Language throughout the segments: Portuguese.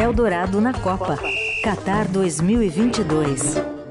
Eldorado na Copa. Qatar 2022.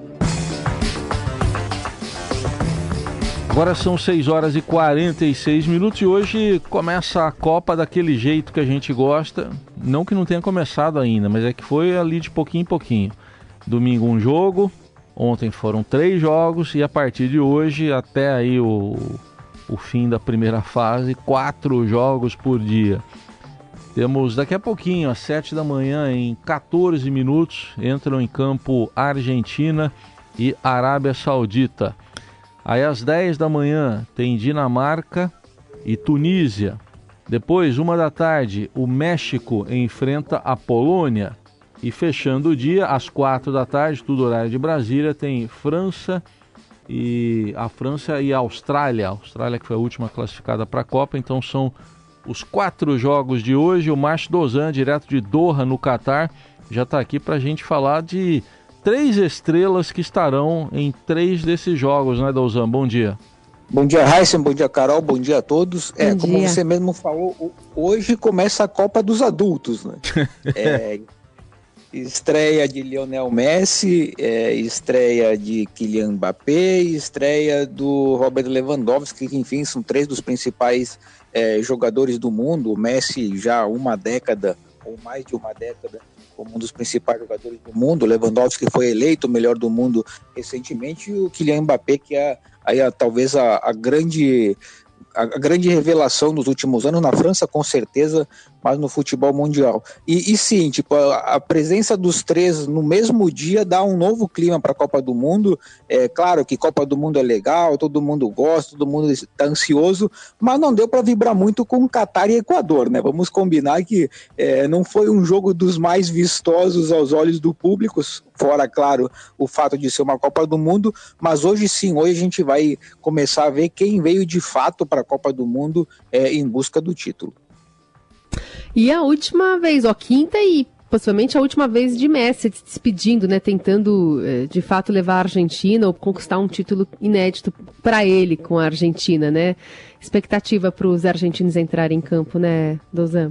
Agora são 6h46 e hoje começa a Copa daquele jeito que a gente gosta. Não que não tenha começado ainda, mas é que foi ali de pouquinho em pouquinho. Domingo um jogo, ontem foram 3 jogos e a partir de hoje até aí o fim da primeira fase, 4 jogos por dia. Temos daqui a pouquinho, às 7 da manhã, em 14 minutos, entram em campo Argentina e Arábia Saudita. Aí às 10 da manhã tem Dinamarca e Tunísia. Depois, 1 da tarde, o México enfrenta a Polônia. E fechando o dia, às 4 da tarde, tudo horário de Brasília, tem França e a Austrália. A Austrália que foi a última classificada para a Copa, então são os 4 jogos de hoje. O Márcio Dozan, direto de Doha, no Catar, já está aqui para a gente falar de 3 estrelas que estarão em 3 desses jogos, né, Dozan? Bom dia. Bom dia, Raíssa, bom dia, Carol, bom dia a todos. Bom dia. Como você mesmo falou, hoje começa a Copa dos Adultos, né? Estreia de Lionel Messi, estreia de Kylian Mbappé, estreia do Robert Lewandowski, que enfim são 3 dos principais jogadores do mundo. O Messi já há uma década, ou mais de uma década, como um dos principais jogadores do mundo. O Lewandowski foi eleito o melhor do mundo recentemente, e o Kylian Mbappé, que é talvez a grande revelação dos últimos anos, na França com certeza, mas no futebol mundial. E sim, tipo, a presença dos 3 no mesmo dia dá um novo clima para a Copa do Mundo. É claro que Copa do Mundo é legal, todo mundo gosta, todo mundo está ansioso, mas não deu para vibrar muito com Catar e Equador, né? Vamos combinar que não foi um jogo dos mais vistosos aos olhos do público, fora, claro, o fato de ser uma Copa do Mundo, mas hoje sim, hoje a gente vai começar a ver quem veio de fato para a Copa do Mundo em busca do título. E a última vez, a quinta e possivelmente a última vez de Messi se despedindo, né, tentando de fato levar a Argentina ou conquistar um título inédito para ele com a Argentina, né? Expectativa para os argentinos entrarem em campo, né, Dozan?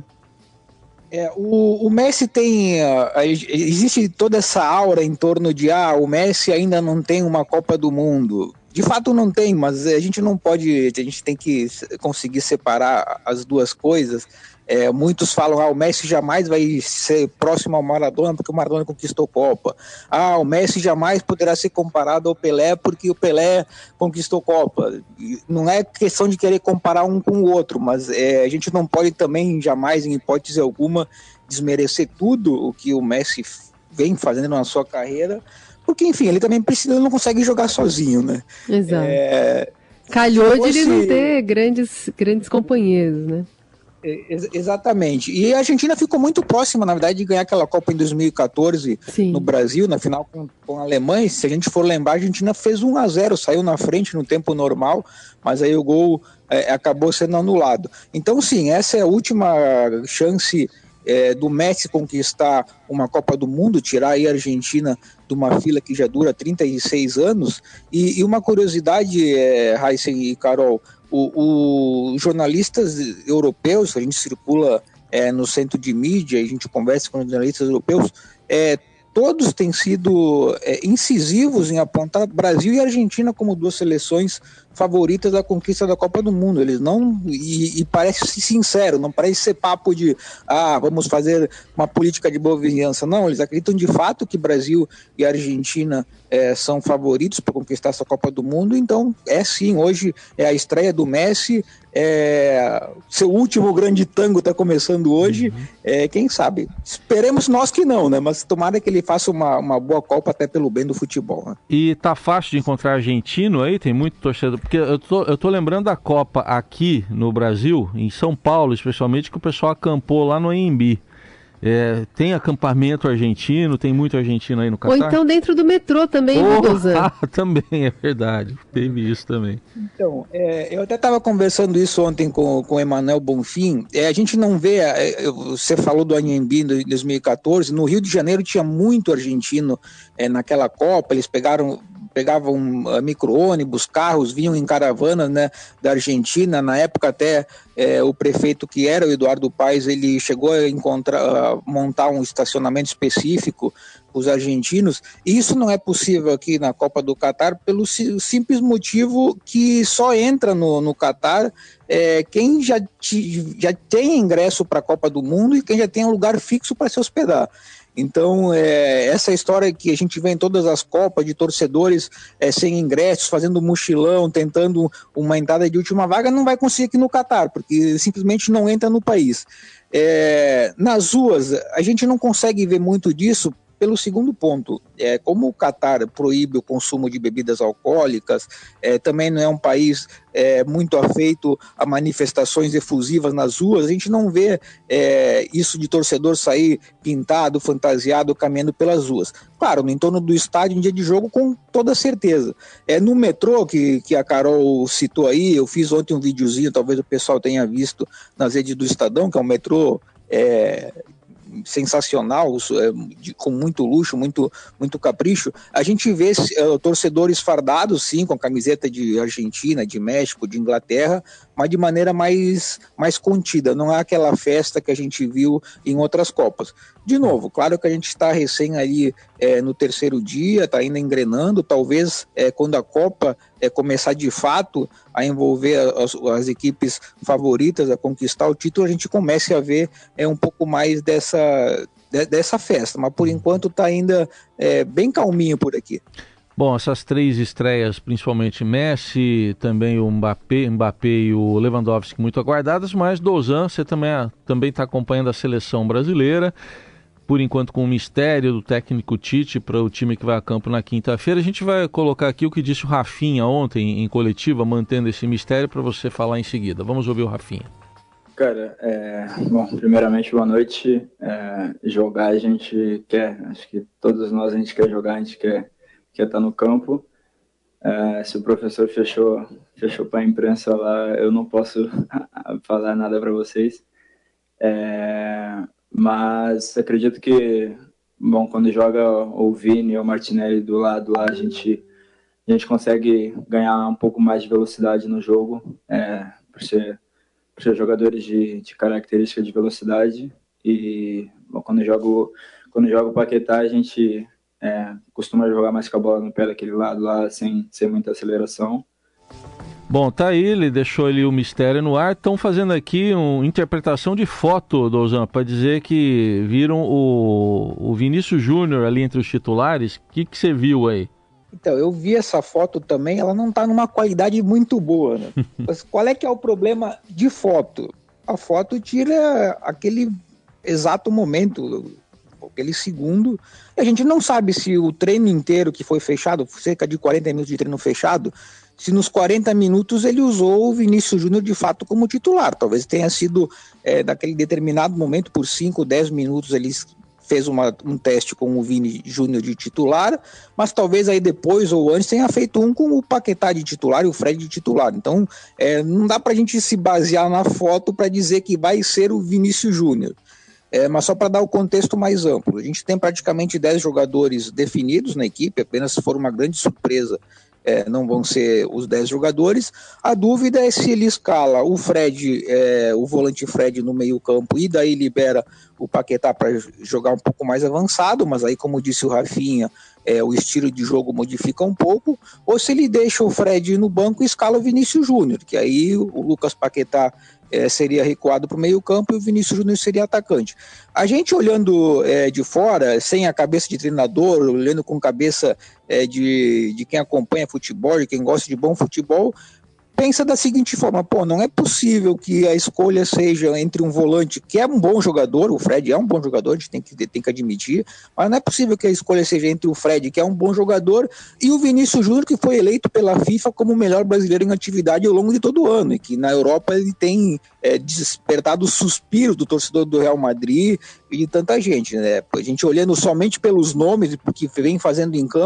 O Messi tem, existe toda essa aura em torno de o Messi ainda não tem uma Copa do Mundo. De fato não tem, mas a gente não pode, a gente tem que conseguir separar as duas coisas. Muitos falam, o Messi jamais vai ser próximo ao Maradona porque o Maradona conquistou Copa. O Messi jamais poderá ser comparado ao Pelé porque o Pelé conquistou Copa. E não é questão de querer comparar um com o outro, mas a gente não pode também jamais, em hipótese alguma, desmerecer tudo o que o Messi vem fazendo na sua carreira, porque enfim, ele também precisa, ele não consegue jogar sozinho, né? Exato. Calhou de ele não ter grandes companheiros, né? Exatamente. E a Argentina ficou muito próxima, na verdade, de ganhar aquela Copa em 2014 Sim. No Brasil, na final com a Alemanha. Se a gente for lembrar, a Argentina fez 1-0, saiu na frente no tempo normal, mas aí o gol acabou sendo anulado. Então, sim, essa é a última chance do Messi conquistar uma Copa do Mundo, tirar aí a Argentina de uma fila que já dura 36 anos. E uma curiosidade, Raíssa e Carol, os jornalistas europeus, a gente circula no centro de mídia, a gente conversa com os jornalistas europeus, todos têm sido incisivos em apontar Brasil e Argentina como 2 seleções favoritas da conquista da Copa do Mundo. Eles não, e parece sincero, não parece ser papo de vamos fazer uma política de boa vizinhança. Não, eles acreditam de fato que Brasil e Argentina são favoritos para conquistar essa Copa do Mundo. Então sim, hoje é a estreia do Messi, seu último grande tango está começando hoje. Quem sabe, esperemos nós que não, né? Mas tomara que ele faça uma boa Copa, até pelo bem do futebol, né? E tá fácil de encontrar argentino aí? Tem muito torcedor, porque eu tô lembrando da Copa aqui no Brasil, em São Paulo especialmente, que o pessoal acampou lá no AMB. Tem acampamento argentino, tem muito argentino aí no Catar? Ou então dentro do metrô também, Dozan. Também, é verdade, teve isso também. Então, eu até estava conversando isso ontem com o Emanuel Bonfim. A gente não vê, você falou do Anhembi em 2014, no Rio de Janeiro tinha muito argentino naquela Copa, eles pegaram pegavam micro-ônibus, carros, vinham em caravana, né, da Argentina. Na época até o prefeito, que era o Eduardo Paes, ele chegou a montar um estacionamento específico para os argentinos, e isso não é possível aqui na Copa do Catar pelo simples motivo que só entra no Catar quem já tem ingresso para a Copa do Mundo e quem já tem um lugar fixo para se hospedar. Então, essa história que a gente vê em todas as Copas, de torcedores sem ingressos, fazendo mochilão, tentando uma entrada de última vaga, não vai conseguir aqui no Catar, porque simplesmente não entra no país. Nas ruas, a gente não consegue ver muito disso, pelo segundo ponto, como o Catar proíbe o consumo de bebidas alcoólicas, também não é um país muito afeito a manifestações efusivas nas ruas, a gente não vê isso de torcedor sair pintado, fantasiado, caminhando pelas ruas. Claro, no entorno do estádio, em dia de jogo, com toda certeza. No metrô, que a Carol citou aí, eu fiz ontem um videozinho, talvez o pessoal tenha visto nas redes do Estadão, que é um metrô sensacional, com muito luxo, muito capricho. A gente vê torcedores fardados, sim, com camiseta de Argentina, de México, de Inglaterra, mas de maneira mais contida, não é aquela festa que a gente viu em outras Copas. De novo, claro que a gente está recém ali no terceiro dia, está ainda engrenando, talvez quando a Copa começar de fato a envolver as equipes favoritas a conquistar o título, a gente comece a ver um pouco mais dessa festa, mas por enquanto está ainda bem calminho por aqui. Bom, essas 3 estreias, principalmente Messi, também o Mbappé e o Lewandowski, muito aguardadas, mas Dozan, você também está acompanhando a seleção brasileira, por enquanto com o mistério do técnico Tite para o time que vai a campo na quinta-feira. A gente vai colocar aqui o que disse o Rafinha ontem em coletiva, mantendo esse mistério, para você falar em seguida. Vamos ouvir o Rafinha. Cara, bom, primeiramente, boa noite. Jogar a gente quer, acho que todos nós a gente quer jogar, a gente quer estar no campo. Se o professor fechou para a imprensa lá, eu não posso falar nada para vocês. Mas acredito que, bom, quando joga o Vini ou o Martinelli do lado lá, a gente consegue ganhar um pouco mais de velocidade no jogo, por ser jogadores de característica de velocidade. E bom, quando joga o Paquetá, a gente costuma jogar mais com a bola no pé daquele lado lá, sem muita aceleração. Bom, tá aí, ele deixou ali o mistério no ar. Estão fazendo aqui uma interpretação de foto, Dozan, para dizer que viram o Vinícius Júnior ali entre os titulares. O que você viu aí? Então, eu vi essa foto também, ela não está numa qualidade muito boa, né? Mas qual é que é o problema de foto? A foto tira aquele exato momento, aquele segundo, e a gente não sabe se o treino inteiro que foi fechado, cerca de 40 minutos de treino fechado, se nos 40 minutos ele usou o Vinícius Júnior de fato como titular. Talvez tenha sido naquele determinado momento, por 5, 10 minutos ele fez um teste com o Vini Júnior de titular, mas talvez aí depois ou antes tenha feito um com o Paquetá de titular e o Fred de titular. Então não dá pra gente se basear na foto para dizer que vai ser o Vinícius Júnior. Mas só para dar o contexto mais amplo, a gente tem praticamente 10 jogadores definidos na equipe, apenas se for uma grande surpresa não vão ser os 10 jogadores. A dúvida é se ele escala o Fred, o volante Fred no meio campo, e daí libera o Paquetá para jogar um pouco mais avançado, mas aí, como disse o Rafinha, o estilo de jogo modifica um pouco, ou se ele deixa o Fred no banco e escala o Vinícius Júnior, que aí o Lucas Paquetá seria recuado para o meio campo e o Vinícius Júnior seria atacante. A gente olhando de fora, sem a cabeça de treinador, olhando com cabeça de quem acompanha futebol, de quem gosta de bom futebol, pensa da seguinte forma: não é possível que a escolha seja entre um volante que é um bom jogador, o Fred é um bom jogador, a gente tem que admitir, mas não é possível que a escolha seja entre o Fred, que é um bom jogador, e o Vinícius Júnior, que foi eleito pela FIFA como o melhor brasileiro em atividade ao longo de todo o ano, e que na Europa ele tem despertado o suspiro do torcedor do Real Madrid e de tanta gente, né? A gente olhando somente pelos nomes e porque vem fazendo em campo,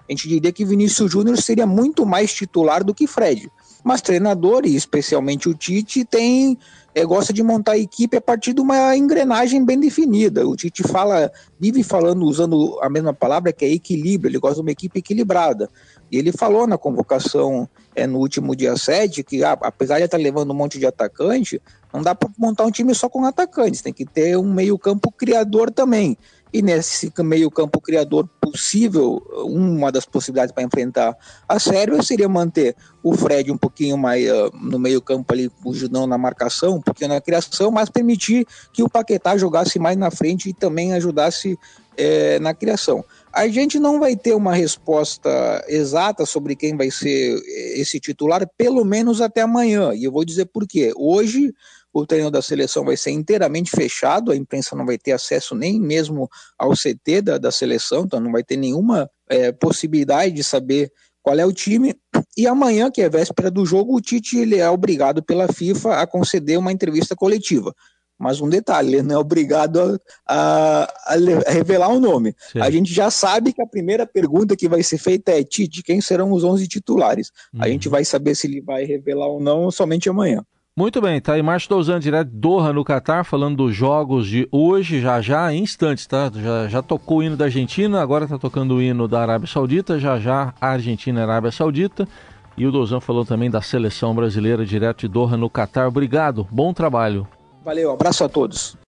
a gente diria que Vinícius Júnior seria muito mais titular do que Fred. Mas treinador, e especialmente o Tite, gosta de montar a equipe a partir de uma engrenagem bem definida. O Tite vive falando, usando a mesma palavra, que é equilíbrio. Ele gosta de uma equipe equilibrada. E ele falou na convocação no último dia 7 que, apesar de estar levando um monte de atacante, não dá para montar um time só com atacantes, tem que ter um meio-campo criador também. E nesse meio-campo criador possível, uma das possibilidades para enfrentar a Sérvia seria manter o Fred um pouquinho mais no meio-campo ali, o Judão na marcação, um pouquinho na criação, mas permitir que o Paquetá jogasse mais na frente e também ajudasse na criação. A gente não vai ter uma resposta exata sobre quem vai ser esse titular, pelo menos até amanhã. E eu vou dizer por quê. Hoje, o treino da seleção vai ser inteiramente fechado, a imprensa não vai ter acesso nem mesmo ao CT da seleção, então não vai ter nenhuma possibilidade de saber qual é o time. E amanhã, que é véspera do jogo, o Tite ele é obrigado pela FIFA a conceder uma entrevista coletiva. Mas um detalhe, ele não é obrigado a revelar o nome. Sim. A gente já sabe que a primeira pergunta que vai ser feita é: Tite, quem serão os 11 titulares? A gente vai saber se ele vai revelar ou não somente amanhã. Muito bem, tá aí Márcio Douzan, direto de Doha, no Catar, falando dos jogos de hoje, já, em instantes, tá? Já tocou o hino da Argentina, agora tá tocando o hino da Arábia Saudita, já a Argentina e a Arábia Saudita. E o Douzan falou também da seleção brasileira, direto de Doha, no Catar. Obrigado, bom trabalho. Valeu, abraço a todos.